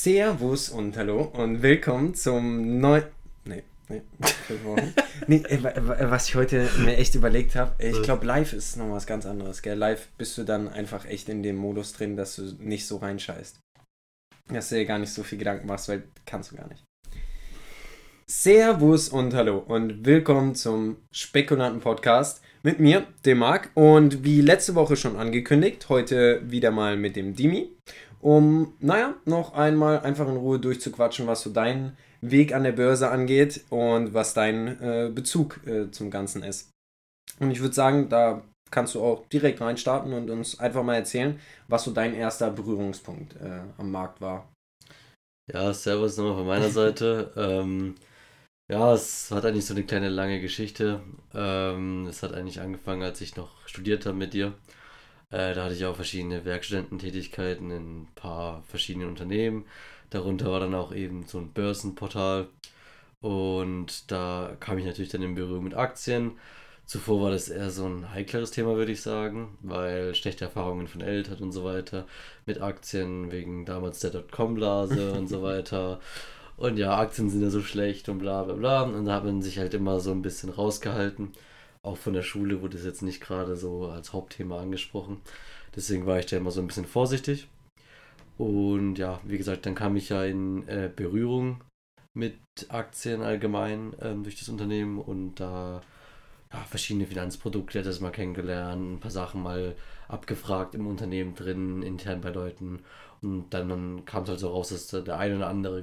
Servus und hallo und willkommen zum neuen... Nee. Was ich heute mir echt überlegt habe, ich glaube, live ist noch was ganz anderes, gell? Live bist du dann einfach echt in dem Modus drin, dass du nicht so reinscheißt. Dass du dir gar nicht so viel Gedanken machst, weil kannst du gar nicht. Servus und hallo und willkommen zum Spekulanten-Podcast mit mir, dem Marc, und wie letzte Woche schon angekündigt, heute wieder mal mit dem Dimi, um, noch einmal einfach in Ruhe durchzuquatschen, was so dein Weg an der Börse angeht und was dein Bezug zum Ganzen ist. Und ich würde sagen, da kannst du auch direkt reinstarten und uns einfach mal erzählen, was so dein erster Berührungspunkt am Markt war. Ja, Servus nochmal von meiner Seite. Ja, es hat eigentlich so eine kleine lange Geschichte. Es hat eigentlich angefangen, als ich noch studiert habe mit dir. Da hatte ich auch verschiedene Werkstudententätigkeiten in ein paar verschiedenen Unternehmen. Darunter war dann auch eben so ein Börsenportal. Und da kam ich natürlich dann in Berührung mit Aktien. Zuvor war das eher so ein heikleres Thema, würde ich sagen, weil schlechte Erfahrungen von Eltern und so weiter mit Aktien, wegen damals der Dotcom-Blase und so weiter. Und ja, Aktien sind ja so schlecht und bla bla bla. Und da hat man sich halt immer so ein bisschen rausgehalten. Auch von der Schule wurde es jetzt nicht gerade so als Hauptthema angesprochen. Deswegen war ich da immer so ein bisschen vorsichtig. Und ja, wie gesagt, dann kam ich ja in Berührung mit Aktien allgemein durch das Unternehmen und da ja, verschiedene Finanzprodukte das mal kennengelernt, ein paar Sachen mal abgefragt im Unternehmen drin, intern bei Leuten. Und dann kam es halt so raus, dass der eine oder andere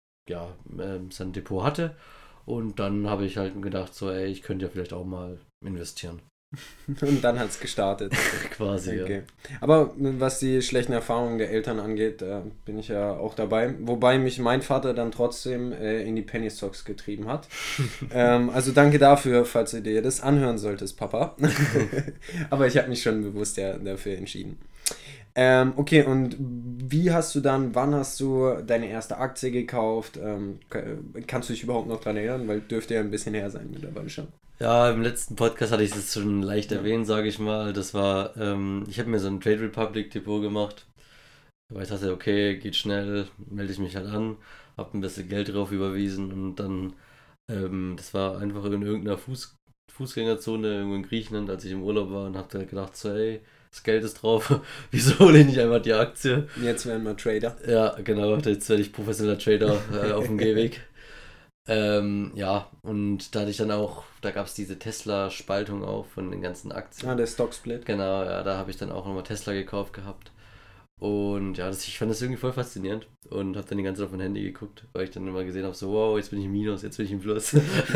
sein Depot hatte. Und dann habe ich halt gedacht, so, ey, ich könnte ja vielleicht auch mal investieren. Und dann hat es gestartet. Quasi, okay. Aber was die schlechten Erfahrungen der Eltern angeht, bin ich ja auch dabei. Wobei mich mein Vater dann trotzdem in die Penny Stocks getrieben hat. Also danke dafür, falls du dir das anhören solltest, Papa. Aber ich habe mich schon bewusst dafür entschieden. Okay, und wann hast du deine erste Aktie gekauft? Kannst du dich überhaupt noch dran erinnern? Weil dürfte ja ein bisschen her sein mittlerweile schon. Ja, im letzten Podcast hatte ich es schon leicht erwähnt, sage ich mal. Das war, ich habe mir so ein Trade Republic Depot gemacht, weil ich dachte, okay, geht schnell, melde ich mich halt an, habe ein bisschen Geld drauf überwiesen und dann, das war einfach in irgendeiner Fußgängerzone irgendwo in Griechenland, als ich im Urlaub war und habe da gedacht, so, ey, das Geld ist drauf, wieso hole ich nicht einfach die Aktie? Jetzt werden wir Trader. Ja, genau, jetzt werde ich professioneller Trader auf dem Gehweg. Ja, und da hatte ich dann auch, da gab es diese Tesla-Spaltung auch von den ganzen Aktien. Der Stock-Split. Genau, ja, da habe ich dann auch nochmal Tesla gekauft gehabt. Und ja, ich fand das irgendwie voll faszinierend und habe dann die ganze Zeit auf mein Handy geguckt, weil ich dann immer gesehen habe, so wow, jetzt bin ich im Minus, jetzt bin ich im Plus.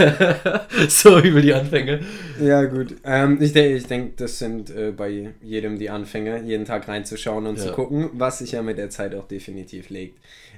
So über die Anfänge. Ja, gut. Ich denk, das sind bei jedem die Anfänge, jeden Tag reinzuschauen und zu gucken, was sich ja mit der Zeit auch definitiv legt.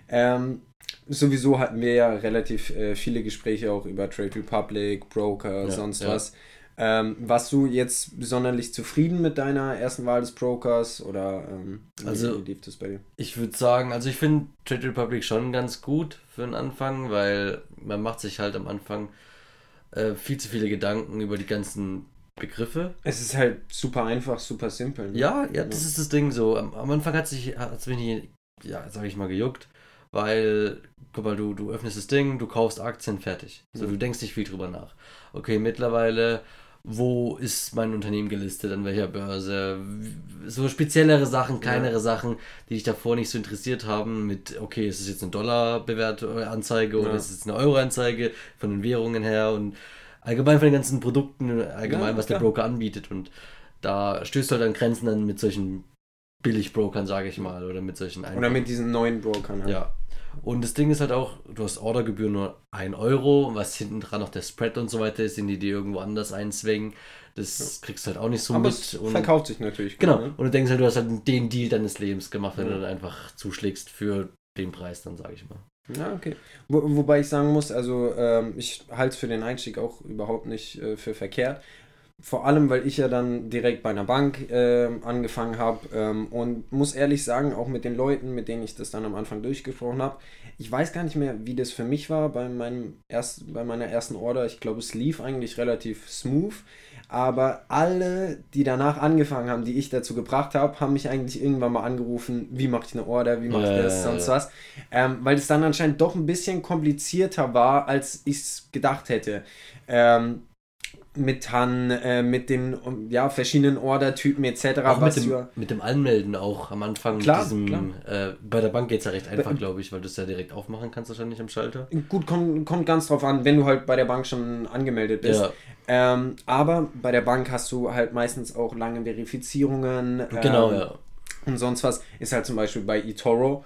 Sowieso hatten wir ja relativ viele Gespräche auch über Trade Republic, Broker, sonst was. Warst du jetzt sonderlich zufrieden mit deiner ersten Wahl des Brokers oder wie lief das bei dir? Ich würde sagen, also ich finde Trade Republic schon ganz gut für den Anfang, weil man macht sich halt am Anfang viel zu viele Gedanken über die ganzen Begriffe. Es ist halt super einfach, super simpel. Ne? Ja, das ist das Ding so. Am Anfang hat's mich nicht, ja, sag ich mal, gejuckt, weil, guck mal, du öffnest das Ding, du kaufst Aktien, fertig. So, du denkst nicht viel drüber nach. Okay, mittlerweile, wo ist mein Unternehmen gelistet, an welcher Börse? So speziellere Sachen, kleinere Sachen, die dich davor nicht so interessiert haben, mit, okay, ist es jetzt eine Dollar-Anzeige oder ist es jetzt eine Euro-Anzeige von den Währungen her und allgemein von den ganzen Produkten, was der Broker anbietet. Und da stößt du halt an Grenzen dann mit solchen Billig-Brokern, sage ich mal, oder mit solchen Oder mit diesen neuen Brokern halt. Ja. Und das Ding ist halt auch, du hast Ordergebühr nur 1 Euro, was hinten dran noch der Spread und so weiter ist, den die dir irgendwo anders einzwängen. Das kriegst du halt auch nicht so aber mit. Es verkauft sich natürlich. Genau. Ne? Und du denkst halt, du hast halt den Deal deines Lebens gemacht, wenn du dann einfach zuschlägst für den Preis, dann sage ich mal. Ja, okay. Wobei ich sagen muss, also ich halte es für den Einstieg auch überhaupt nicht für verkehrt. Vor allem, weil ich ja dann direkt bei einer Bank angefangen habe und muss ehrlich sagen, auch mit den Leuten, mit denen ich das dann am Anfang durchgesprochen habe, ich weiß gar nicht mehr, wie das für mich war bei meiner ersten Order. Ich glaube, es lief eigentlich relativ smooth, aber alle, die danach angefangen haben, die ich dazu gebracht habe, haben mich eigentlich irgendwann mal angerufen, wie mache ich eine Order, wie mache ich das, sonst was. Weil es dann anscheinend doch ein bisschen komplizierter war, als ich es gedacht hätte. Mit den verschiedenen Ordertypen etc. Auch mit dem Anmelden auch am Anfang. Klar. Bei der Bank geht es ja recht einfach, glaube ich, weil du es ja direkt aufmachen kannst wahrscheinlich am Schalter. Gut, kommt ganz drauf an, wenn du halt bei der Bank schon angemeldet bist. Ja. Aber bei der Bank hast du halt meistens auch lange Verifizierungen. Genau, ja. Und sonst was ist halt zum Beispiel bei eToro.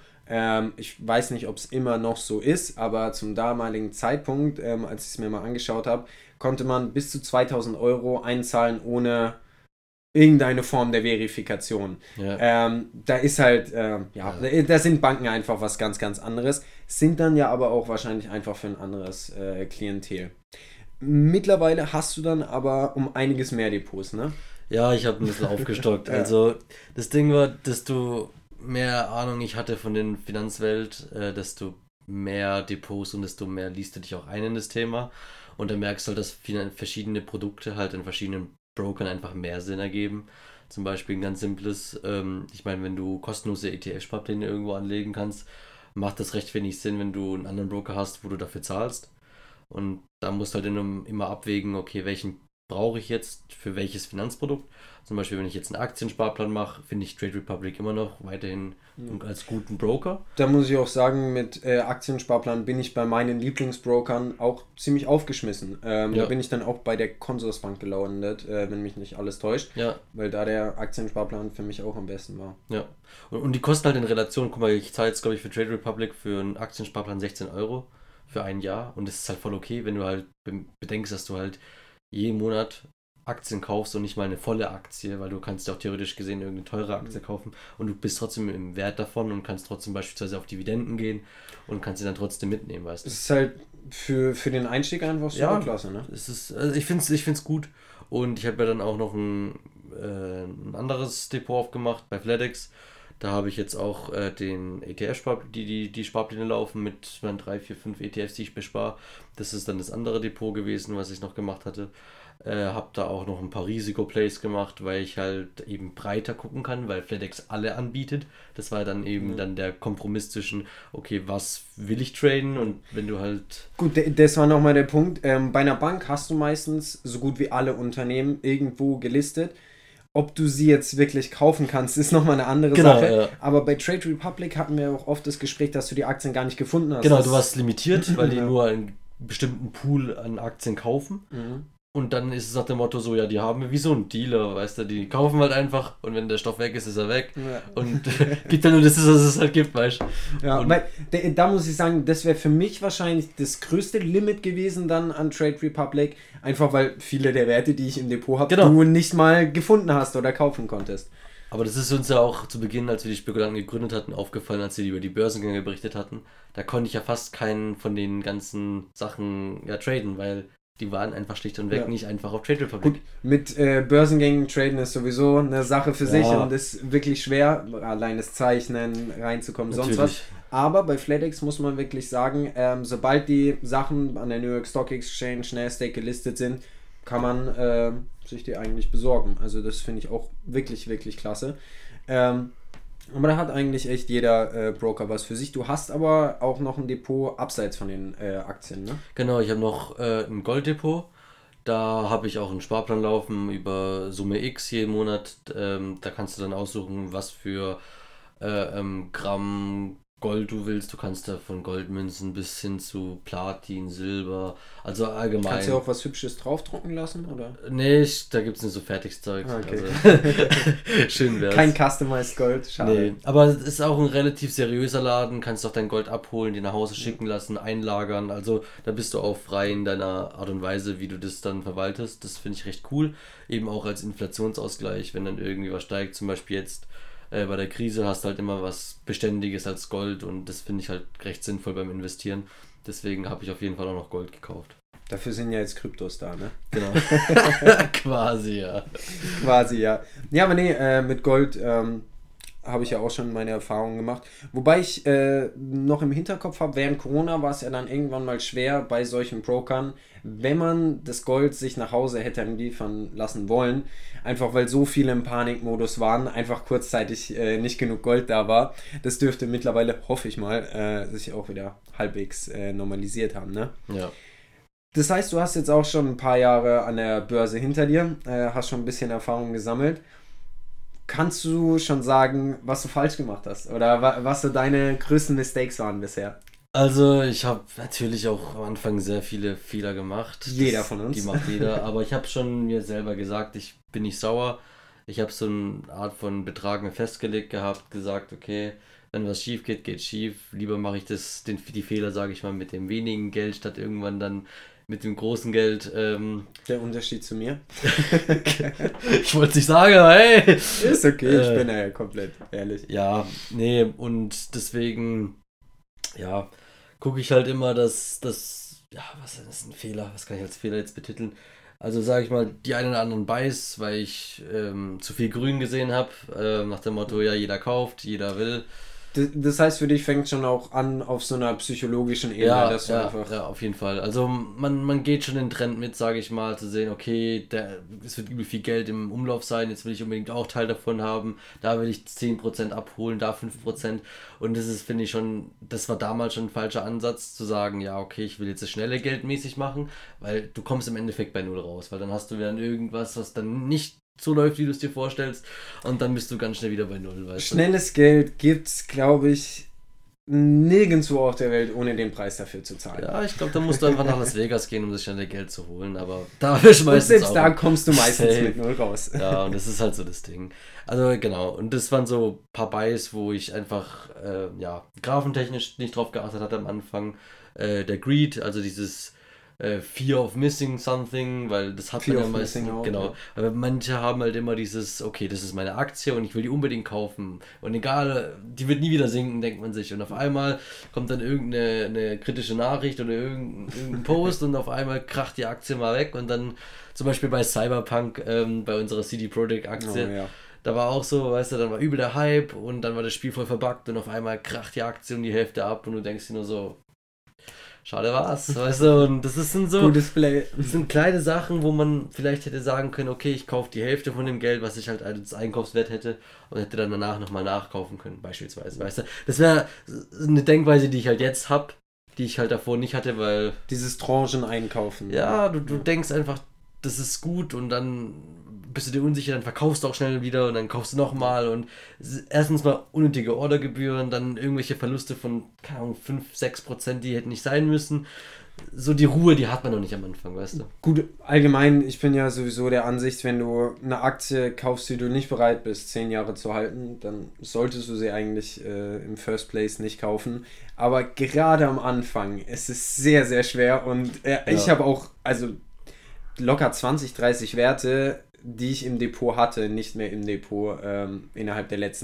Ich weiß nicht, ob es immer noch so ist, aber zum damaligen Zeitpunkt, als ich es mir mal angeschaut habe, konnte man bis zu 2.000 Euro einzahlen ohne irgendeine Form der Verifikation. Ja. Da ist halt, da sind Banken einfach was ganz, ganz anderes, sind dann ja aber auch wahrscheinlich einfach für ein anderes Klientel. Mittlerweile hast du dann aber um einiges mehr Depots, ne? Ja, ich habe ein bisschen aufgestockt. Ja. Also das Ding war, desto mehr Ahnung ich hatte von der Finanzwelt, desto mehr Depots und desto mehr liest du dich auch ein in das Thema. Und dann merkst du halt, dass verschiedene Produkte halt in verschiedenen Brokern einfach mehr Sinn ergeben. Zum Beispiel ein ganz simples, ich meine, wenn du kostenlose ETF-Sparpläne irgendwo anlegen kannst, macht das recht wenig Sinn, wenn du einen anderen Broker hast, wo du dafür zahlst. Und da musst du halt immer abwägen, okay, welchen brauche ich jetzt für welches Finanzprodukt. Zum Beispiel, wenn ich jetzt einen Aktiensparplan mache, finde ich Trade Republic immer noch weiterhin als guten Broker. Da muss ich auch sagen, mit Aktiensparplan bin ich bei meinen Lieblingsbrokern auch ziemlich aufgeschmissen. Da bin ich dann auch bei der Consorsbank gelandet, wenn mich nicht alles täuscht. Ja. Weil da der Aktiensparplan für mich auch am besten war. Ja. Und die kosten halt in Relation, guck mal, ich zahle jetzt, glaube ich, für Trade Republic für einen Aktiensparplan 16 Euro für ein Jahr. Und das ist halt voll okay, wenn du halt bedenkst, dass du halt jeden Monat Aktien kaufst und nicht mal eine volle Aktie, weil du kannst ja auch theoretisch gesehen irgendeine teure Aktie kaufen und du bist trotzdem im Wert davon und kannst trotzdem beispielsweise auf Dividenden gehen und kannst sie dann trotzdem mitnehmen, weißt du. Das ist halt für den Einstieg einfach super klasse, ne? Also ich find's gut und ich habe ja dann auch noch ein anderes Depot aufgemacht bei FedEx. Da habe ich jetzt auch den die Sparpläne laufen mit 3, 4, 5 ETFs, die ich bespare. Das ist dann das andere Depot gewesen, was ich noch gemacht hatte. Habe da auch noch ein paar Risikoplays gemacht, weil ich halt eben breiter gucken kann, weil FedEx alle anbietet. Das war dann eben dann der Kompromiss zwischen, okay, was will ich traden und wenn du halt... Gut, das war nochmal der Punkt. Bei einer Bank hast du meistens so gut wie alle Unternehmen irgendwo gelistet. Ob du sie jetzt wirklich kaufen kannst, ist nochmal eine andere Sache. Ja. Aber bei Trade Republic hatten wir auch oft das Gespräch, dass du die Aktien gar nicht gefunden hast. Genau, du warst limitiert, weil die nur einen bestimmten Pool an Aktien kaufen. Und dann ist es nach dem Motto so, ja, die haben wir wie so ein Dealer, weißt du, die kaufen halt einfach und wenn der Stoff weg ist, ist er weg. Ja. Und gibt dann nur das, was es halt gibt, weißt du. Ja, weil da muss ich sagen, das wäre für mich wahrscheinlich das größte Limit gewesen dann an Trade Republic, einfach weil viele der Werte, die ich im Depot habe, du nicht mal gefunden hast oder kaufen konntest. Aber das ist uns ja auch zu Beginn, als wir die Spekulanten gegründet hatten, aufgefallen, als sie über die Börsengänge berichtet hatten. Da konnte ich ja fast keinen von den ganzen Sachen traden, weil die waren einfach schlicht und weg nicht einfach auf Trade Republic. Gut, mit Börsengängen traden ist sowieso eine Sache für sich und ist wirklich schwer, allein das Zeichnen reinzukommen, sonst was. Aber bei FedEx muss man wirklich sagen, sobald die Sachen an der New York Stock Exchange, Nasdaq gelistet sind, kann man sich die eigentlich besorgen. Also das finde ich auch wirklich, wirklich klasse. Aber da hat eigentlich echt jeder Broker was für sich. Du hast aber auch noch ein Depot abseits von den Aktien, ne? Genau, ich habe noch ein Golddepot. Da habe ich auch einen Sparplan laufen über Summe X jeden Monat. Da kannst du dann aussuchen, was für Gramm Gold du willst. Du kannst da von Goldmünzen bis hin zu Platin, Silber, also allgemein. Kannst du auch was Hübsches draufdrucken lassen, oder? Nee, da gibt es nicht so Fertigzeug. Okay. Also, schön wär's. Kein Customized Gold, schade. Nee, aber es ist auch ein relativ seriöser Laden. Kannst auch dein Gold abholen, dir nach Hause schicken lassen, einlagern. Also da bist du auch frei in deiner Art und Weise, wie du das dann verwaltest. Das finde ich recht cool. Eben auch als Inflationsausgleich, wenn dann irgendwie was steigt. Zum Beispiel jetzt bei der Krise hast du halt immer was Beständiges als Gold und das finde ich halt recht sinnvoll beim Investieren. Deswegen habe ich auf jeden Fall auch noch Gold gekauft. Dafür sind ja jetzt Kryptos da, ne? Genau. Quasi, ja. Quasi, ja. Ja, aber nee, mit Gold habe ich ja auch schon meine Erfahrungen gemacht. Wobei ich noch im Hinterkopf habe, während Corona war es ja dann irgendwann mal schwer bei solchen Brokern, wenn man das Gold sich nach Hause hätte liefern lassen wollen, einfach weil so viele im Panikmodus waren, einfach kurzzeitig nicht genug Gold da war. Das dürfte mittlerweile, hoffe ich mal, sich auch wieder halbwegs normalisiert haben, ne? Ja. Das heißt, du hast jetzt auch schon ein paar Jahre an der Börse hinter dir, hast schon ein bisschen Erfahrung gesammelt. Kannst du schon sagen, was du falsch gemacht hast? Oder was so deine größten Mistakes waren bisher? Also ich habe natürlich auch am Anfang sehr viele Fehler gemacht. Jeder von uns. Die macht jeder. Aber ich habe schon mir selber gesagt, ich bin nicht sauer. Ich habe so eine Art von Betrag mir festgelegt gehabt, gesagt, okay, wenn was schief geht, geht schief. Lieber mache ich die Fehler, sage ich mal, mit dem wenigen Geld, statt irgendwann dann mit dem großen Geld. Der Unterschied zu mir? Ich wollte es nicht sagen, aber hey! Ist okay, ich bin ja komplett ehrlich. Ja, nee, und deswegen, ja, gucke ich halt immer, ja, was ist ein Fehler? Was kann ich als Fehler jetzt betiteln? Also sage ich mal, die einen oder anderen Beiß, weil ich zu viel Grün gesehen habe, nach dem Motto, ja, jeder kauft, jeder will. Das heißt, für dich fängt schon auch an auf so einer psychologischen Ebene, Ja, dass du einfach... ja, auf jeden Fall. Also man geht schon den Trend mit, sage ich mal, zu sehen, okay, es wird übel viel Geld im Umlauf sein, jetzt will ich unbedingt auch Teil davon haben, da will ich 10% abholen, da 5%. Und das ist, finde ich schon, das war damals schon ein falscher Ansatz, zu sagen, ja, okay, ich will jetzt das schnelle Geld mäßig machen, weil du kommst im Endeffekt bei Null raus, weil dann hast du wieder irgendwas, was dann nicht so läuft, wie du es dir vorstellst, und dann bist du ganz schnell wieder bei Null, weißt du? Schnelles Geld gibt's, glaube ich, nirgendwo auf der Welt, ohne den Preis dafür zu zahlen. Ja, ich glaube, da musst du einfach nach Las Vegas gehen, um das schnelle Geld zu holen, aber da bist du Und meistens selbst auch da kommst du meistens safe. mit Null raus. Ja, und das ist halt so das Ding. Also genau, und das waren so ein paar Buys, wo ich einfach, ja, grafentechnisch nicht drauf geachtet hatte am Anfang. Der Greed, also dieses Fear of Missing Something, weil das hat Fear man ja of meistens, missing out, genau. ja. Aber manche haben halt immer dieses, okay, das ist meine Aktie und ich will die unbedingt kaufen. Und egal, die wird nie wieder sinken, denkt man sich. Und auf einmal kommt dann irgendeine kritische Nachricht oder irgendein Post und auf einmal kracht die Aktie mal weg. Und dann zum Beispiel bei Cyberpunk, bei unserer CD Projekt Aktie, Oh, ja. da war auch so, weißt du, dann war übel der Hype und dann war das Spiel voll verbuggt und auf einmal kracht die Aktie um die Hälfte ab und du denkst dir nur so, schade war's, weißt du, und sind so, Gutes Play. das sind kleine Sachen, wo man vielleicht hätte sagen können, okay, ich kaufe die Hälfte von dem Geld, was ich halt als Einkaufswert hätte und hätte dann danach nochmal nachkaufen können, beispielsweise, weißt du. Das wäre eine Denkweise, die ich halt jetzt habe, die ich halt davor nicht hatte, weil, Dieses Tranchen einkaufen. ja, du denkst einfach, das ist gut und dann bist du dir unsicher, dann verkaufst du auch schnell wieder und dann kaufst du nochmal und erstens mal unnötige Ordergebühren, dann irgendwelche Verluste von, keine Ahnung, 5-6%, die hätten nicht sein müssen. So die Ruhe, die hat man noch nicht am Anfang, weißt du. Gut, allgemein, ich bin ja sowieso der Ansicht, wenn du eine Aktie kaufst, die du nicht bereit bist, 10 Jahre zu halten, dann solltest du sie eigentlich im First Place nicht kaufen. Aber gerade am Anfang ist es sehr, sehr schwer und ich habe auch, also locker 20, 30 Werte, die ich im Depot hatte, nicht mehr im Depot innerhalb der letzten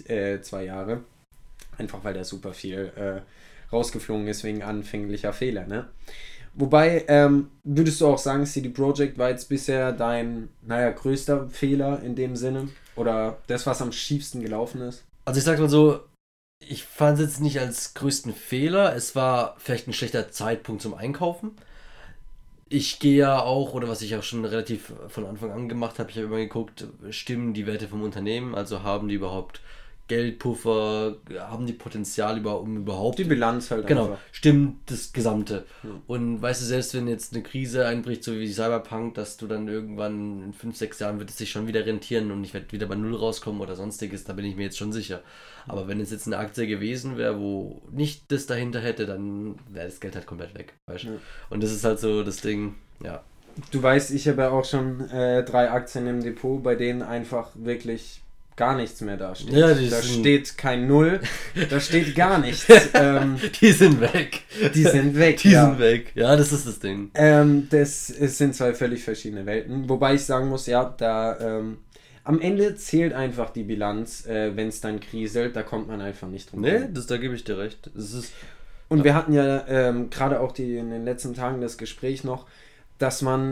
2 Jahre. Einfach weil da super viel rausgeflogen ist wegen anfänglicher Fehler, ne? Wobei, würdest du auch sagen, CD Projekt war jetzt bisher dein, größter Fehler in dem Sinne? Oder das, was am schiefsten gelaufen ist? Also ich sag mal so, ich fand es jetzt nicht als größten Fehler, es war vielleicht ein schlechter Zeitpunkt zum Einkaufen. Ich gehe ja auch, oder was ich auch schon relativ von Anfang an gemacht habe, ich habe immer geguckt, stimmen die Werte vom Unternehmen, also haben die überhaupt Geldpuffer, haben die Potenzial um überhaupt... Die Bilanz halt Genau, einfach. stimmt das Gesamte. Ja. Und weißt du, selbst wenn jetzt eine Krise einbricht, so wie Cyberpunk, dass du dann irgendwann in 5-6 Jahren wird es sich schon wieder rentieren und ich werde wieder bei Null rauskommen oder sonstiges, da bin ich mir jetzt schon sicher. Aber wenn es jetzt eine Aktie gewesen wäre, wo nicht das dahinter hätte, dann wäre das Geld halt komplett weg, weißt du? Ja. Und das ist halt so das Ding, ja. Du weißt, ich habe ja auch schon 3 Aktien im Depot, bei denen einfach wirklich gar nichts mehr dasteht. Ja, da steht kein Null, da steht gar nichts. Die sind weg. Die sind weg. Die ja. sind weg. Ja, das ist das Ding. Es sind 2 völlig verschiedene Welten. Wobei ich sagen muss, ja, da am Ende zählt einfach die Bilanz, wenn es dann kriselt, da kommt man einfach nicht drum Nee, rum. da gebe ich dir recht. Das ist, Und wir hatten ja gerade auch in den letzten Tagen das Gespräch noch, dass man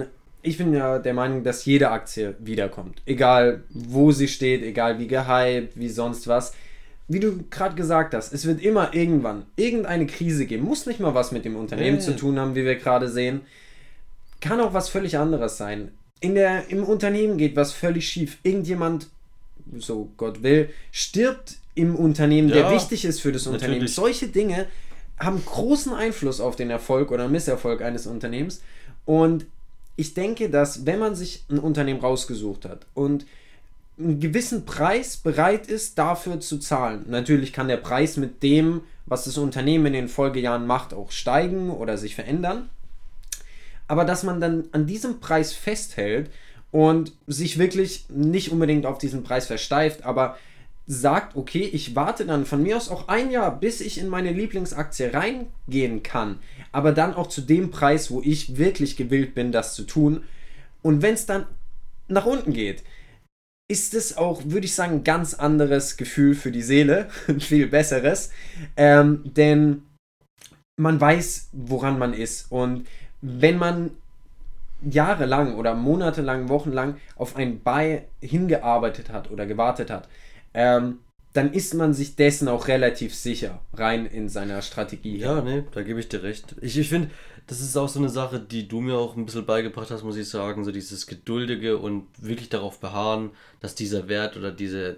ich bin ja der Meinung, dass jede Aktie wiederkommt. Egal, wo sie steht, egal wie gehypt, wie sonst was. Wie du gerade gesagt hast, es wird immer irgendwann irgendeine Krise geben. Muss nicht mal was mit dem Unternehmen zu tun haben, wie wir gerade sehen. Kann auch was völlig anderes sein. Im Unternehmen geht was völlig schief. Irgendjemand, so Gott will, stirbt im Unternehmen, der wichtig ist für das Unternehmen. Natürlich. Solche Dinge haben großen Einfluss auf den Erfolg oder Misserfolg eines Unternehmens. Und ich denke, dass wenn man sich ein Unternehmen rausgesucht hat und einen gewissen Preis bereit ist, dafür zu zahlen. Natürlich kann der Preis mit dem, was das Unternehmen in den Folgejahren macht, auch steigen oder sich verändern. Aber dass man dann an diesem Preis festhält und sich wirklich nicht unbedingt auf diesen Preis versteift, aber sagt, okay, ich warte dann von mir aus auch ein Jahr, bis ich in meine Lieblingsaktie reingehen kann, aber dann auch zu dem Preis, wo ich wirklich gewillt bin, das zu tun. Und wenn es dann nach unten geht, ist es auch, würde ich sagen, ein ganz anderes Gefühl für die Seele, ein viel besseres, denn man weiß, woran man ist. Und wenn man jahrelang oder monatelang, wochenlang auf ein Buy hingearbeitet hat oder gewartet hat, dann ist man sich dessen auch relativ sicher, rein in seiner Strategie. Ja, nee, da gebe ich dir recht. Ich finde, das ist auch so eine Sache, die du mir auch ein bisschen beigebracht hast, muss ich sagen. So dieses Geduldige und wirklich darauf beharren, dass dieser Wert oder dieser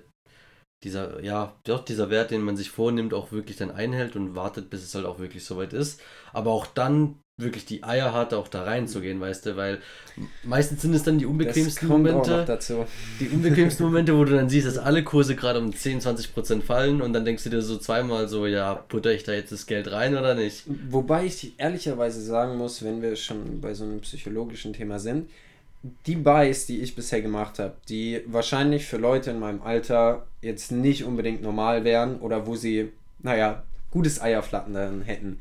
Wert, den man sich vornimmt, auch wirklich dann einhält und wartet, bis es halt auch wirklich soweit ist. Aber auch dann wirklich die Eier hat, auch da reinzugehen, weißt du, weil meistens sind es dann die unbequemsten Momente. Die unbequemsten Momente, wo du dann siehst, dass alle Kurse gerade um 10-20% fallen und dann denkst du dir so zweimal so, ja, putter ich da jetzt das Geld rein oder nicht? Wobei ich ehrlicherweise sagen muss, wenn wir schon bei so einem psychologischen Thema sind, die Buys, die ich bisher gemacht habe, die wahrscheinlich für Leute in meinem Alter jetzt nicht unbedingt normal wären oder wo sie, gutes Eierflattern dann hätten.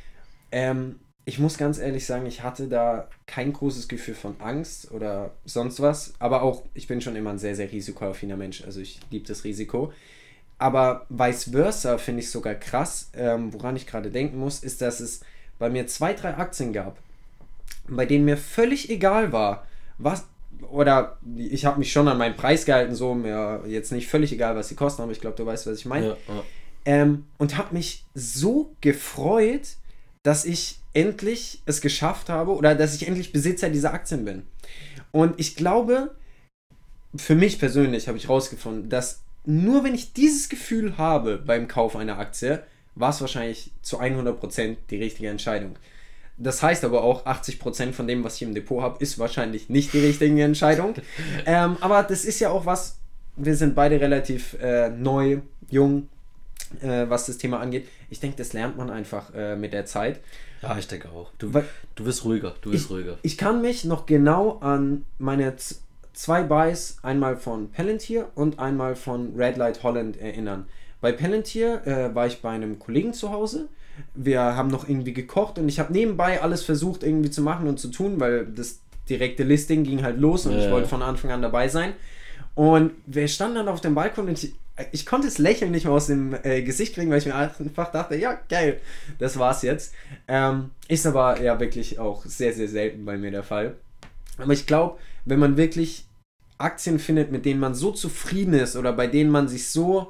Ich muss ganz ehrlich sagen, ich hatte da kein großes Gefühl von Angst oder sonst was, aber auch, ich bin schon immer ein sehr, sehr risikoaffiner Mensch, also ich liebe das Risiko. Aber vice versa finde ich sogar krass, woran ich gerade denken muss, ist, dass es bei mir 2-3 Aktien gab, bei denen mir völlig egal war, was, oder ich habe mich schon an meinen Preis gehalten, so mir jetzt nicht völlig egal, was sie kosten, aber ich glaube, du weißt, was ich meine. Ja. Und habe mich so gefreut, dass ich endlich es geschafft habe oder dass ich endlich Besitzer dieser Aktien bin. Und ich glaube, für mich persönlich habe ich rausgefunden, dass nur wenn ich dieses Gefühl habe beim Kauf einer Aktie, war es wahrscheinlich zu 100% die richtige Entscheidung. Das heißt aber auch, 80% von dem, was ich im Depot habe, ist wahrscheinlich nicht die richtige Entscheidung. Aber das ist ja auch was, wir sind beide relativ neu, jung, was das Thema angeht. Ich denke, das lernt man einfach mit der Zeit. Ja, ich denke auch. Du wirst ruhiger, Ich kann mich noch genau an meine 2 Buys, einmal von Palantir und einmal von Red Light Holland erinnern. Bei Palantir war ich bei einem Kollegen zu Hause. Wir haben noch irgendwie gekocht und ich habe nebenbei alles versucht irgendwie zu machen und zu tun, weil das direkte Listing ging halt los und ich wollte von Anfang an dabei sein. Und wir standen dann auf dem Balkon und ich konnte das Lächeln nicht mehr aus dem Gesicht kriegen, weil ich mir einfach dachte, ja, geil, das war's jetzt. Ist aber ja wirklich auch sehr, sehr selten bei mir der Fall. Aber ich glaube, wenn man wirklich Aktien findet, mit denen man so zufrieden ist oder bei denen man sich so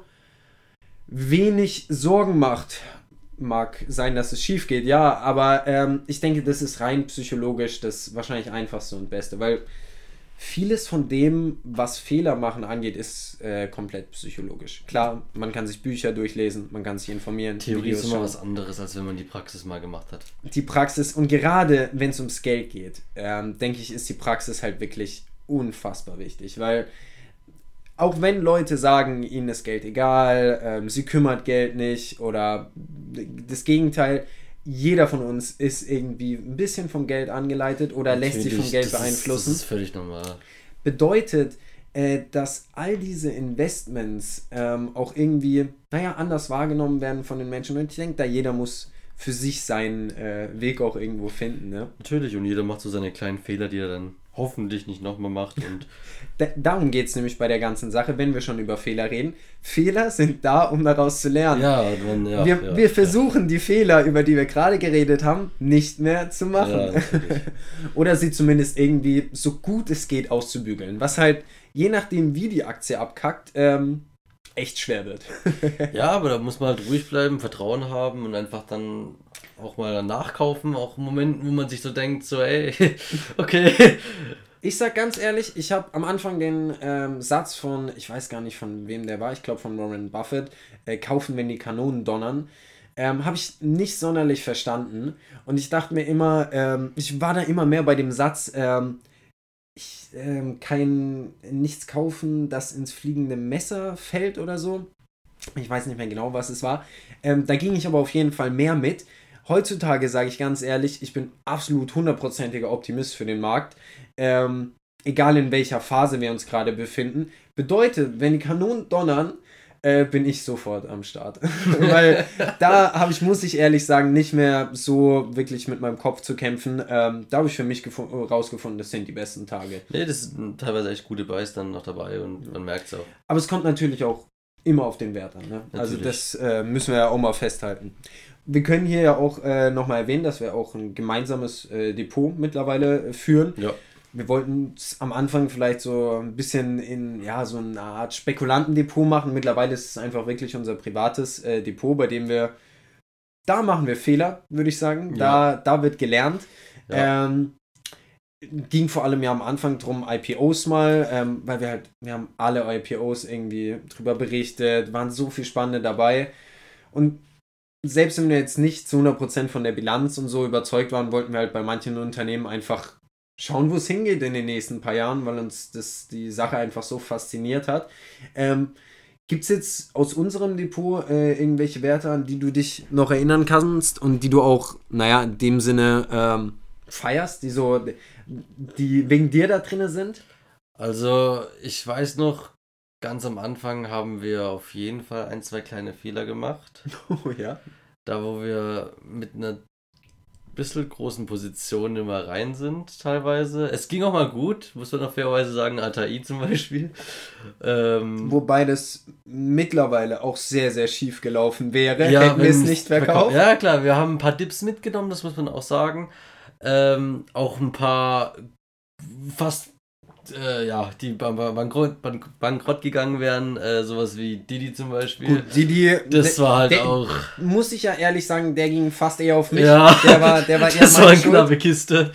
wenig Sorgen macht, mag sein, dass es schief geht, ja, aber ich denke, das ist rein psychologisch das wahrscheinlich einfachste und beste, weil vieles von dem, was Fehler machen angeht, ist komplett psychologisch. Klar, man kann sich Bücher durchlesen, man kann sich informieren. Theorie ist immer was anderes, als wenn man die Praxis mal gemacht hat. Die Praxis, und gerade wenn es ums Geld geht, denke ich, ist die Praxis halt wirklich unfassbar wichtig, weil auch wenn Leute sagen, ihnen ist Geld egal, sie kümmert Geld nicht oder das Gegenteil, jeder von uns ist irgendwie ein bisschen vom Geld angeleitet oder lässt sich vom Geld beeinflussen. Das ist völlig normal. Bedeutet, dass all diese Investments auch irgendwie, anders wahrgenommen werden von den Menschen. Und ich denke, da jeder muss für sich seinen Weg auch irgendwo finden. Ne? Natürlich, und jeder macht so seine kleinen Fehler, die er dann hoffentlich nicht nochmal macht. Und Darum geht es nämlich bei der ganzen Sache, wenn wir schon über Fehler reden. Fehler sind da, um daraus zu lernen. Wir versuchen die Fehler, über die wir gerade geredet haben, nicht mehr zu machen. Ja, oder sie zumindest irgendwie so gut es geht auszubügeln. Was halt, je nachdem wie die Aktie abkackt, echt schwer wird. Ja, aber da muss man halt ruhig bleiben, Vertrauen haben und einfach dann auch mal nachkaufen, auch im Moment, wo man sich so denkt, so ey, okay. Ich sag ganz ehrlich, ich habe am Anfang den Satz von, ich weiß gar nicht von wem der war, ich glaube von Warren Buffett, kaufen, wenn die Kanonen donnern, habe ich nicht sonderlich verstanden. Und ich dachte mir immer, ich war da immer mehr bei dem Satz, nichts kaufen, das ins fliegende Messer fällt oder so. Ich weiß nicht mehr genau, was es war. Da ging ich aber auf jeden Fall mehr mit. Heutzutage sage ich ganz ehrlich, ich bin absolut 100%iger Optimist für den Markt. Egal in welcher Phase wir uns gerade befinden. Bedeutet, wenn die Kanonen donnern, bin ich sofort am Start. Weil da habe ich, muss ich ehrlich sagen, nicht mehr so wirklich mit meinem Kopf zu kämpfen. Da habe ich für mich rausgefunden, das sind die besten Tage. Nee, das sind teilweise echt gute Buys dann noch dabei und man merkt es auch. Aber es kommt natürlich auch immer auf den Wert an. Ne? Also das müssen wir ja auch mal festhalten. Wir können hier ja auch nochmal erwähnen, dass wir auch ein gemeinsames Depot mittlerweile führen. Ja. Wir wollten es am Anfang vielleicht so ein bisschen in so eine Art Spekulantendepot machen. Mittlerweile ist es einfach wirklich unser privates Depot, bei dem da machen wir Fehler, würde ich sagen. Ja. Da wird gelernt. Ja. Ging vor allem ja am Anfang drum IPOs mal, weil wir haben alle IPOs irgendwie drüber berichtet, waren so viel Spannende dabei. Und selbst wenn wir jetzt nicht zu 100% von der Bilanz und so überzeugt waren, wollten wir halt bei manchen Unternehmen einfach schauen, wo es hingeht in den nächsten paar Jahren, weil uns die Sache einfach so fasziniert hat. Gibt es jetzt aus unserem Depot irgendwelche Werte, an die du dich noch erinnern kannst und die du auch, in dem Sinne feierst, die wegen dir da drin sind? Also, ich weiß noch, ganz am Anfang haben wir auf jeden Fall 1, 2 kleine Fehler gemacht. Oh ja. Da, wo wir mit einer bisschen großen Positionen immer rein sind, teilweise. Es ging auch mal gut, muss man auch fairerweise sagen, ATI zum Beispiel. Wobei das mittlerweile auch sehr, sehr schief gelaufen wäre, hätten wir es nicht verkauft. Ja, klar, wir haben ein paar Dips mitgenommen, das muss man auch sagen. Auch ein paar fast die bankrott gegangen wären, sowas wie Didi zum Beispiel. Gut, Didi, das war halt auch... Muss ich ja ehrlich sagen, der ging fast eher auf mich. Ja, der war eher das war eine knappe Kiste.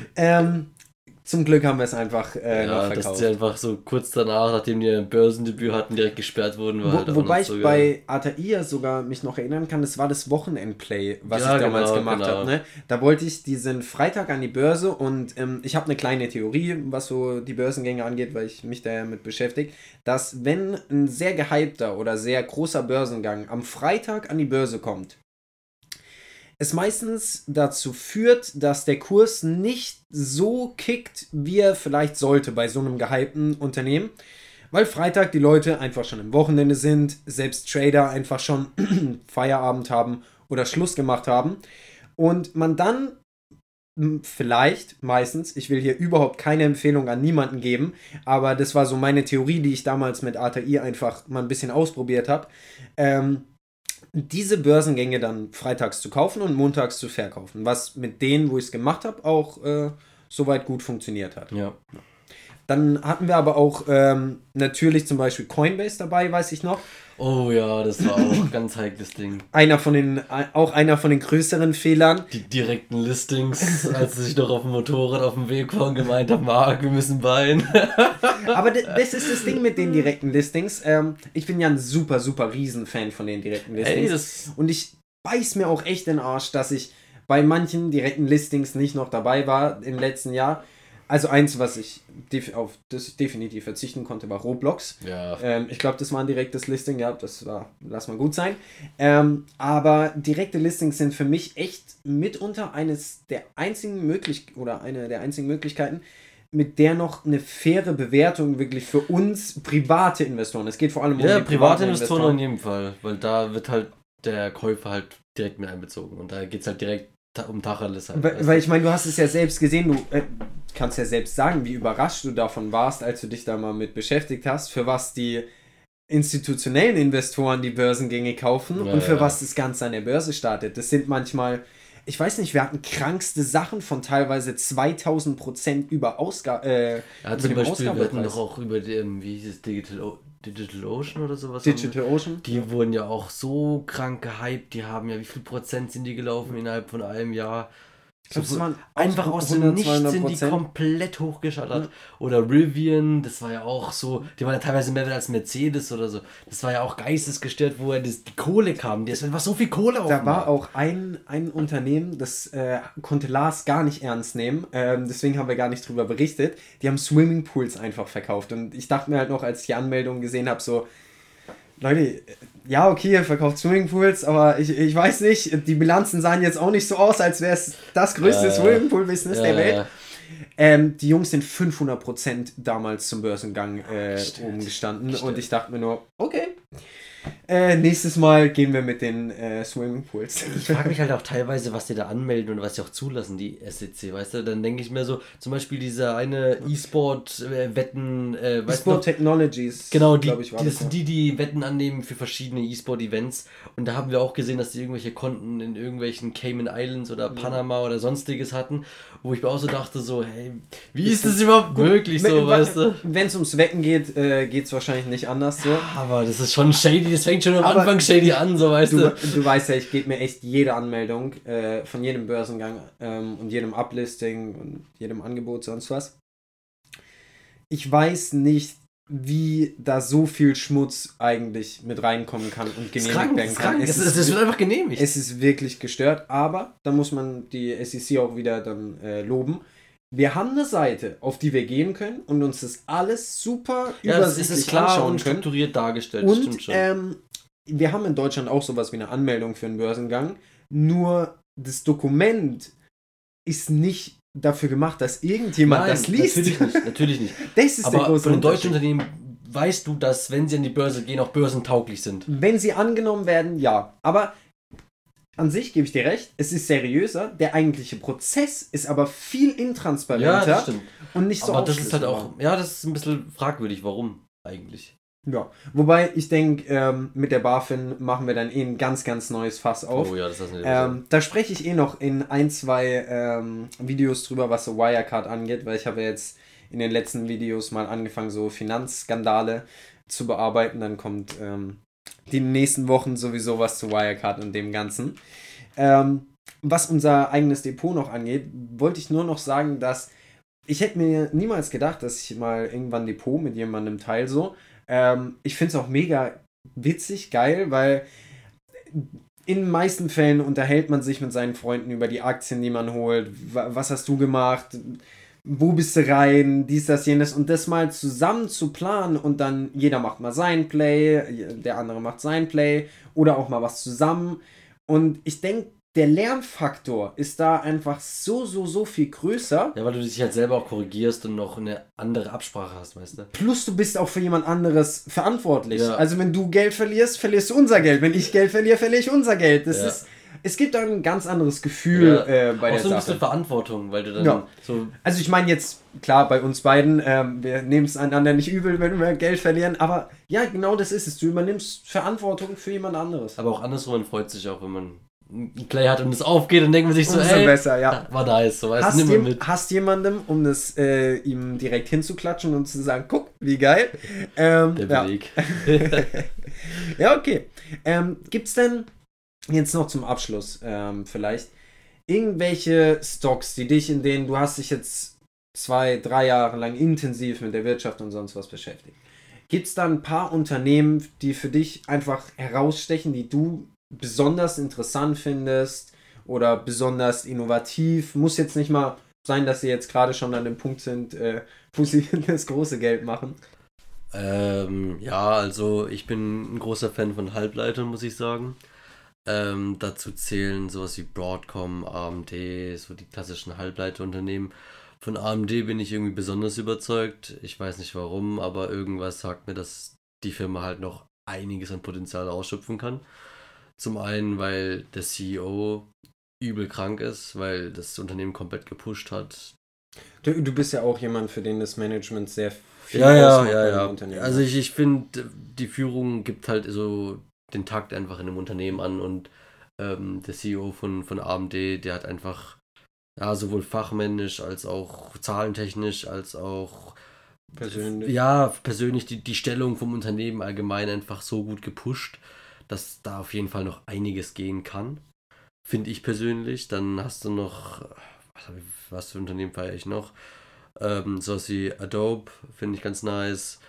Zum Glück haben wir es einfach noch verkauft. Dass die einfach so kurz danach, nachdem die ein Börsendebüt hatten, direkt gesperrt wurden. War wobei ich bei ATI ja sogar mich noch erinnern kann, das war das Wochenendplay, was ich damals gemacht habe. Ne? Da wollte ich diesen Freitag an die Börse und ich habe eine kleine Theorie, was so die Börsengänge angeht, weil ich mich da ja mit beschäftige, dass wenn ein sehr gehypter oder sehr großer Börsengang am Freitag an die Börse kommt, es meistens dazu führt, dass der Kurs nicht so kickt, wie er vielleicht sollte bei so einem gehypten Unternehmen, weil Freitag die Leute einfach schon im Wochenende sind, selbst Trader einfach schon Feierabend haben oder Schluss gemacht haben und man dann vielleicht, meistens, ich will hier überhaupt keine Empfehlung an niemanden geben, aber das war so meine Theorie, die ich damals mit ATI einfach mal ein bisschen ausprobiert habe, diese Börsengänge dann freitags zu kaufen und montags zu verkaufen, was mit denen, wo ich es gemacht habe, auch soweit gut funktioniert hat. Ja. Dann hatten wir aber auch natürlich zum Beispiel Coinbase dabei, weiß ich noch. Oh ja, das war auch ein ganz heikles Ding. Einer von den größeren Fehlern. Die direkten Listings, als ich noch auf dem Motorrad auf dem Weg war und gemeint habe, Marc, wir müssen beien. Aber das ist das Ding mit den direkten Listings. Ich bin ja ein super, super Riesenfan von den direkten Listings. Und ich beiß mir auch echt den Arsch, dass ich bei manchen direkten Listings nicht noch dabei war im letzten Jahr. Also eins, was ich auf das definitiv verzichten konnte, war Roblox. Ja. Ich glaube, das war ein direktes Listing, ja, lass mal gut sein. Aber direkte Listings sind für mich echt mitunter eine der einzigen Möglichkeiten, mit der noch eine faire Bewertung wirklich für uns private Investoren. Es geht vor allem um die private Investoren in jedem Fall, weil da wird halt der Käufer halt direkt mit einbezogen und da geht es halt direkt um Tacheles halt. Weil ich meine, du hast es ja selbst gesehen, du kannst ja selbst sagen, wie überrascht du davon warst, als du dich da mal mit beschäftigt hast, für was die institutionellen Investoren die Börsengänge kaufen und für was das Ganze an der Börse startet. Das sind manchmal, ich weiß nicht, wir hatten krankste Sachen von teilweise 2000% über Ausgabe. Zum Beispiel, wir hatten doch auch über dem, wie hieß es, Digital Ocean oder sowas. Digital Ocean. Die wurden ja auch so krank gehypt, die haben ja, wie viel Prozent sind die gelaufen innerhalb von einem Jahr? Ich glaube, es waren einfach aus dem Nichts sind die komplett hochgeschattert. Ja. Oder Rivian, das war ja auch so, die waren ja teilweise mehr als Mercedes oder so. Das war ja auch geistesgestört, wo die Kohle kam. Da war so viel Kohle auf. Da war auch ein Unternehmen, das konnte Lars gar nicht ernst nehmen. Deswegen haben wir gar nicht drüber berichtet. Die haben Swimmingpools einfach verkauft. Und ich dachte mir halt noch, als ich die Anmeldung gesehen habe, so, Leute, ja, okay, ihr verkauft Swimmingpools, aber ich weiß nicht, die Bilanzen sahen jetzt auch nicht so aus, als wäre es das größte Swimmingpool-Business der Welt. Die Jungs sind 500% damals zum Börsengang umgestanden. Stimmt. Und ich dachte mir nur, okay, nächstes Mal gehen wir mit den Swimmingpools. Ich frage mich halt auch teilweise, was die da anmelden und was die auch zulassen, die SEC, weißt du? Dann denke ich mir so, zum Beispiel diese eine E-Sport-Wetten... E-Sport Technologies, genau, das sind die Wetten annehmen für verschiedene E-Sport-Events. Und da haben wir auch gesehen, dass die irgendwelche Konten in irgendwelchen Cayman Islands oder Panama oder sonstiges hatten, wo ich mir auch so dachte, so, hey, wie ist das überhaupt möglich, so, weißt du? Wenn es ums Wetten geht, geht es wahrscheinlich nicht anders, so. Ja, aber das ist schon shady, das fängt schon am Anfang shady an, so, weißt du. Du weißt ja, ich gebe mir echt jede Anmeldung von jedem Börsengang und jedem Uplisting und jedem Angebot, sonst was. Ich weiß nicht, wie da so viel Schmutz eigentlich mit reinkommen kann und genehmigt werden kann. Das wird einfach genehmigt. Es ist wirklich gestört, aber da muss man die SEC auch wieder dann loben. Wir haben eine Seite, auf die wir gehen können und uns das alles super übersichtlich klar und strukturiert dargestellt. Und stimmt schon. Wir haben in Deutschland auch sowas wie eine Anmeldung für einen Börsengang, nur das Dokument ist nicht dafür gemacht, dass irgendjemand das liest. Natürlich nicht. Das ist aber der große von den deutschen Unternehmen weißt du, dass, wenn sie an die Börse gehen, auch börsentauglich sind. Wenn sie angenommen werden, ja. Aber an sich gebe ich dir recht, es ist seriöser. Der eigentliche Prozess ist aber viel intransparenter. Ja, das stimmt. Und nicht so aber das ist halt auch, ja, das ist ein bisschen fragwürdig, warum eigentlich. Ja, wobei ich denke, mit der BaFin machen wir dann ein ganz, ganz neues Fass auf. Oh ja, das ist nicht da spreche ich noch in 1-2 Videos drüber, was so Wirecard angeht, weil ich habe jetzt in den letzten Videos mal angefangen, so Finanzskandale zu bearbeiten. Dann kommt die nächsten Wochen sowieso was zu Wirecard und dem Ganzen. Was unser eigenes Depot noch angeht, wollte ich nur noch sagen, dass ich hätte mir niemals gedacht, dass ich mal irgendwann ein Depot mit jemandem teile so. Ich finde es auch mega witzig, geil, weil in den meisten Fällen unterhält man sich mit seinen Freunden über die Aktien, die man holt. Was hast du gemacht? Wo bist du rein? Dies, das, jenes. Und das mal zusammen zu planen und dann jeder macht mal sein Play, der andere macht sein Play oder auch mal was zusammen. Und ich denke, der Lernfaktor ist da einfach so viel größer. Ja, weil du dich halt selber auch korrigierst und noch eine andere Absprache hast, weißt du? Plus du bist auch für jemand anderes verantwortlich. Ja. Also wenn du Geld verlierst, verlierst du unser Geld. Wenn ich Geld verliere, verliere ich unser Geld. Es gibt da ein ganz anderes Gefühl bei der Sache. Auch so ein bisschen Verantwortung, weil du dann so... Also ich meine jetzt, klar, bei uns beiden, wir nehmen es einander nicht übel, wenn wir Geld verlieren, aber ja, genau das ist es. Du übernimmst Verantwortung für jemand anderes. Aber auch andersrum, man freut sich auch, wenn man ein Play hat und es aufgeht und denkt man sich so, ey, besser, ja. War nice, so weißt du, nimm mal mit. Hast jemandem, um das ihm direkt hinzuklatschen und zu sagen, guck, wie geil. Der Beleg. Ja, okay. Gibt's denn jetzt noch zum Abschluss vielleicht irgendwelche Stocks, in denen du hast dich jetzt 2-3 Jahre lang intensiv mit der Wirtschaft und sonst was beschäftigt? Gibt's da ein paar Unternehmen, die für dich einfach herausstechen, die du besonders interessant findest oder besonders innovativ? Muss jetzt nicht mal sein, dass sie jetzt gerade schon an dem Punkt sind, wo sie das große Geld machen. Ja, also ich bin ein großer Fan von Halbleitern, muss ich sagen. Dazu zählen sowas wie Broadcom, AMD, so die klassischen Halbleiterunternehmen. Von AMD bin ich irgendwie besonders überzeugt. Ich weiß nicht warum, aber irgendwas sagt mir, dass die Firma halt noch einiges an Potenzial ausschöpfen kann. Zum einen, weil der CEO übel krank ist, weil das Unternehmen komplett gepusht hat. Du bist ja auch jemand, für den das Management sehr viel Ja, ausmacht bei einem ja. Unternehmen. Also ich finde, die Führung gibt halt so den Takt einfach in einem Unternehmen an und der CEO von AMD, der hat einfach ja sowohl fachmännisch als auch zahlentechnisch als auch Persönlich. ja persönlich die Stellung vom Unternehmen allgemein einfach so gut gepusht, dass da auf jeden Fall noch einiges gehen kann, finde ich persönlich. Dann hast du noch, was für Unternehmen feiere ich noch? Sowas wie Adobe finde ich ganz nice.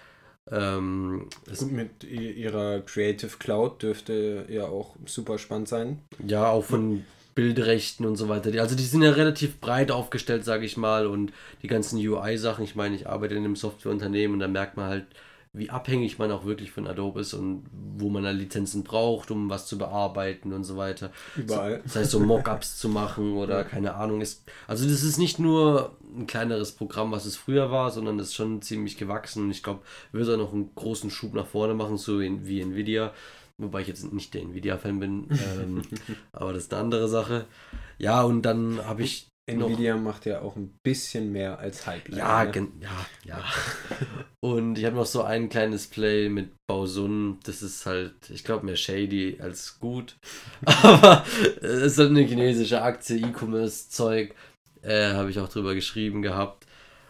Gut, mit ihrer Creative Cloud dürfte ja auch super spannend sein. Ja, auch von Bildrechten und so weiter. Also die sind ja relativ breit aufgestellt, sage ich mal. Und die ganzen UI-Sachen, ich meine, ich arbeite in einem Softwareunternehmen und da merkt man halt, wie abhängig man auch wirklich von Adobe ist und wo man da Lizenzen braucht, um was zu bearbeiten und so weiter. Überall. Das heißt, so Mockups zu machen oder keine Ahnung. Also das ist nicht nur ein kleineres Programm, was es früher war, sondern es ist schon ziemlich gewachsen. Und ich glaube, wird auch noch einen großen Schub nach vorne machen, so wie Nvidia. Wobei ich jetzt nicht der Nvidia-Fan bin, aber das ist eine andere Sache. Ja, und dann habe ich Nvidia macht ja auch ein bisschen mehr als Hype. ja, Ne? ja. Und ich habe noch so ein kleines Play mit Baosun. Das ist halt, ich glaube, mehr shady als gut. Aber es ist halt eine chinesische Aktie, E-Commerce-Zeug. Habe ich auch drüber geschrieben gehabt.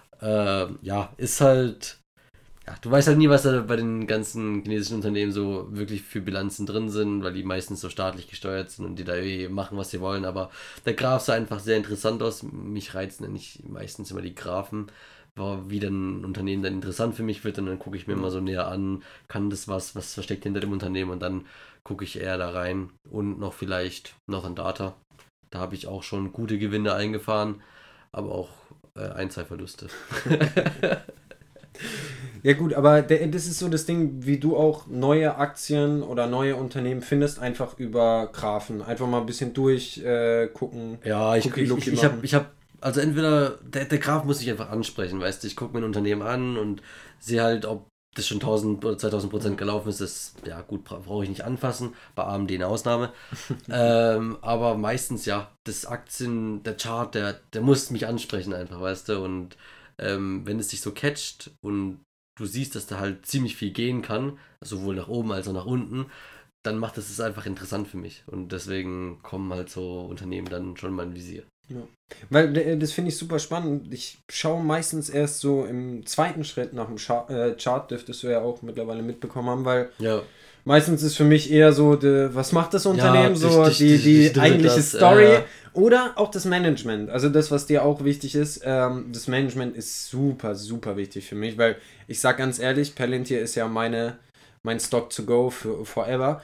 Ja, ist halt. Ja, du weißt halt nie, was da bei den ganzen chinesischen Unternehmen so wirklich für Bilanzen drin sind, weil die meistens so staatlich gesteuert sind und die da machen, was sie wollen. Aber der Graph sah einfach sehr interessant aus. Mich reizen eigentlich meistens immer die Graphen, wie dann ein Unternehmen dann interessant für mich wird. Und dann gucke ich mir mal so näher an, kann das was versteckt hinter dem Unternehmen und dann gucke ich eher da rein. Und noch vielleicht Northern Data. Da habe ich auch schon gute Gewinne eingefahren, aber auch ein, zwei Verluste. Ja gut, aber das ist so das Ding, wie du auch neue Aktien oder neue Unternehmen findest, einfach über Graphen. Einfach mal ein bisschen durchgucken. Ja, ich machen. habe, also entweder, der Graph muss ich einfach ansprechen, weißt du, ich gucke mir ein Unternehmen an und sehe halt, ob das schon 1000 oder 2000% gelaufen ist, das, ja gut, brauche ich nicht anfassen, bei AMD eine Ausnahme. Aber meistens, ja, das Aktien, der Chart, der muss mich ansprechen einfach, weißt du, und wenn es dich so catcht und du siehst, dass da halt ziemlich viel gehen kann, sowohl nach oben als auch nach unten, dann macht es einfach interessant für mich. Und deswegen kommen halt so Unternehmen dann schon mal in Visier. Ja. Weil das finde ich super spannend. Ich schaue meistens erst so im zweiten Schritt nach dem Chart, dürftest du ja auch mittlerweile mitbekommen haben, weil Ja. meistens ist für mich eher so, was macht das Unternehmen, Ja, die eigentliche Story ja. oder auch das Management. Also das, was dir auch wichtig ist, das Management ist super, super wichtig für mich, weil ich sag ganz ehrlich, Palantir ist ja mein Stock to go für forever.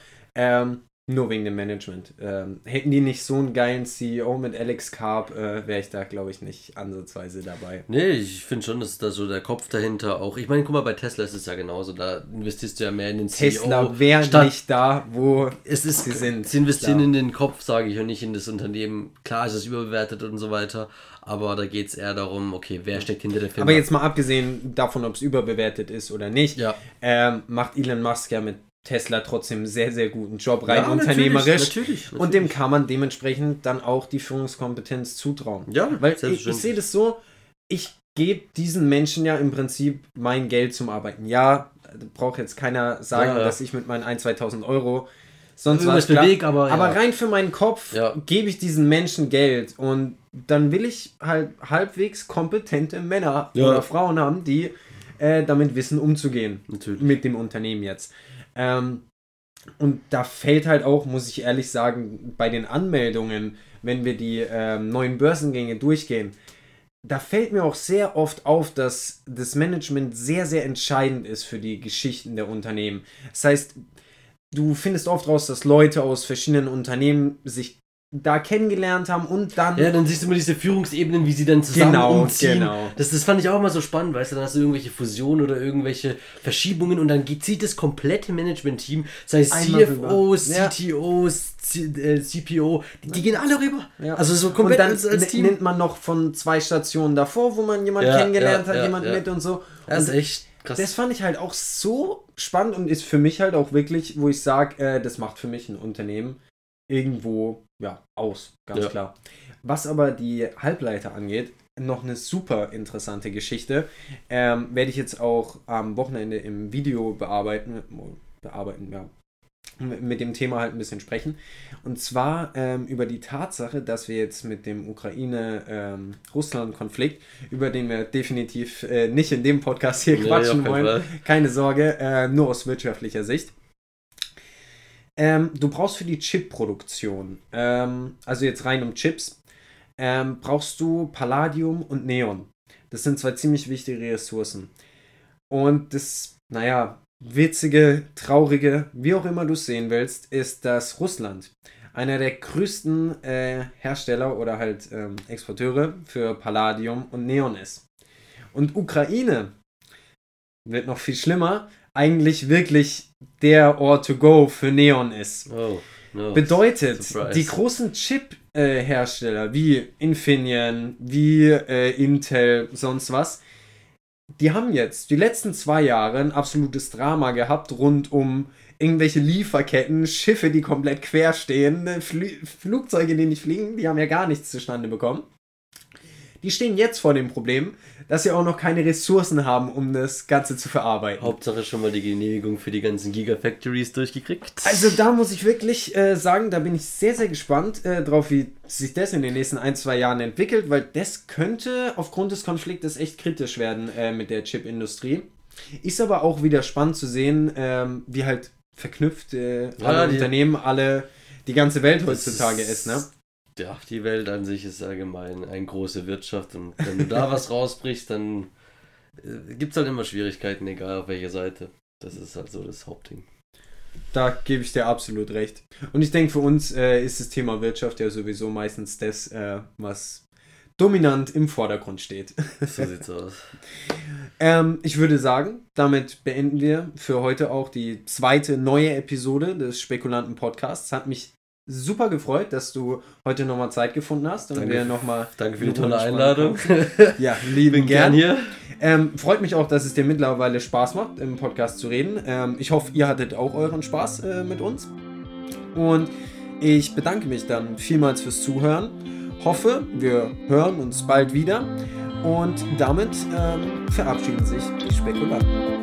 Nur wegen dem Management. Hätten die nicht so einen geilen CEO mit Alex Karp, wäre ich da, glaube ich, nicht ansatzweise dabei. Nee, ich finde schon, dass da so der Kopf dahinter auch. Ich meine, guck mal, bei Tesla ist es ja genauso. Da investierst du ja mehr in den CEO. Tesla wäre nicht da, wo sie sind. Sie investieren in den Kopf, sage ich, und nicht in das Unternehmen. Klar ist es überbewertet und so weiter, aber da geht es eher darum, okay, wer steckt hinter der Firma. Aber jetzt mal abgesehen davon, ob es überbewertet ist oder nicht, macht Elon Musk ja mit Tesla trotzdem einen sehr, sehr guten Job rein unternehmerisch. Natürlich. Und dem kann man dementsprechend dann auch die Führungskompetenz zutrauen. Ja, weil ich sehe das so, ich gebe diesen Menschen ja im Prinzip mein Geld zum Arbeiten. Ja, braucht jetzt keiner sagen, dass ich mit meinen 1.000, 2.000 Euro sonst was bewege, aber rein für meinen Kopf gebe ich diesen Menschen Geld und dann will ich halt halbwegs kompetente Männer oder Frauen haben, die damit wissen, umzugehen. Natürlich. Mit dem Unternehmen jetzt. Und da fällt halt auch, muss ich ehrlich sagen, bei den Anmeldungen, wenn wir die neuen Börsengänge durchgehen, da fällt mir auch sehr oft auf, dass das Management sehr, sehr entscheidend ist für die Geschichten der Unternehmen. Das heißt, du findest oft raus, dass Leute aus verschiedenen Unternehmen sich da kennengelernt haben und dann... Ja, dann siehst du immer diese Führungsebenen, wie sie dann zusammen umziehen. Genau. Das fand ich auch immer so spannend, weißt du, dann hast du irgendwelche Fusionen oder irgendwelche Verschiebungen und dann zieht das komplette Management-Team, sei es CFOs, CTOs, CPO, die gehen alle rüber. Ja. Also so komplett und dann als Team. Nimmt man noch von 2 Stationen davor, wo man jemanden kennengelernt hat, jemanden mit und so. Das ist echt krass. Das fand ich halt auch so spannend und ist für mich halt auch wirklich, wo ich sage, das macht für mich ein Unternehmen irgendwo aus, ganz klar. Was aber die Halbleiter angeht, noch eine super interessante Geschichte. Werde ich jetzt auch am Wochenende im Video bearbeiten, mit dem Thema halt ein bisschen sprechen. Und zwar über die Tatsache, dass wir jetzt mit dem Ukraine-Russland-Konflikt, über den wir definitiv nicht in dem Podcast hier quatschen wollen, keine Sorge, nur aus wirtschaftlicher Sicht. Du brauchst für die Chip-Produktion, also jetzt rein um Chips, brauchst du Palladium und Neon. Das sind zwei ziemlich wichtige Ressourcen. Und das, witzige, traurige, wie auch immer du es sehen willst, ist, dass Russland einer der größten Hersteller oder halt Exporteure für Palladium und Neon ist. Und Ukraine wird noch viel schlimmer, eigentlich wirklich der Ort to go für Neon ist. Oh, no. Bedeutet, Surprise. Die großen Chip-Hersteller wie Infineon, wie Intel, sonst was, die haben jetzt die letzten 2 Jahre ein absolutes Drama gehabt rund um irgendwelche Lieferketten, Schiffe, die komplett quer stehen, Flugzeuge, die nicht fliegen, die haben ja gar nichts zustande bekommen. Die stehen jetzt vor dem Problem, dass sie auch noch keine Ressourcen haben, um das Ganze zu verarbeiten. Hauptsache schon mal die Genehmigung für die ganzen Gigafactories durchgekriegt. Also da muss ich wirklich sagen, da bin ich sehr, sehr gespannt drauf, wie sich das in den nächsten 1-2 Jahren entwickelt, weil das könnte aufgrund des Konfliktes echt kritisch werden mit der Chipindustrie. Ist aber auch wieder spannend zu sehen, wie halt verknüpft alle Unternehmen, die ganze Welt heutzutage ist, ne? Ja, die Welt an sich ist allgemein eine große Wirtschaft und wenn du da was rausbrichst, dann gibt es halt immer Schwierigkeiten, egal auf welcher Seite. Das ist halt so das Hauptding. Da gebe ich dir absolut recht. Und ich denke, für uns ist das Thema Wirtschaft ja sowieso meistens das, was dominant im Vordergrund steht. So sieht's aus. Ich würde sagen, damit beenden wir für heute auch die 2. neue Episode des Spekulanten-Podcasts. Hat mich super gefreut, dass du heute nochmal Zeit gefunden hast. Und danke für die tolle Einladung. Ja, lieben gern hier. Freut mich auch, dass es dir mittlerweile Spaß macht, im Podcast zu reden. Ich hoffe, ihr hattet auch euren Spaß mit uns. Und ich bedanke mich dann vielmals fürs Zuhören. Hoffe, wir hören uns bald wieder. Und damit verabschieden sich die Spekulanten.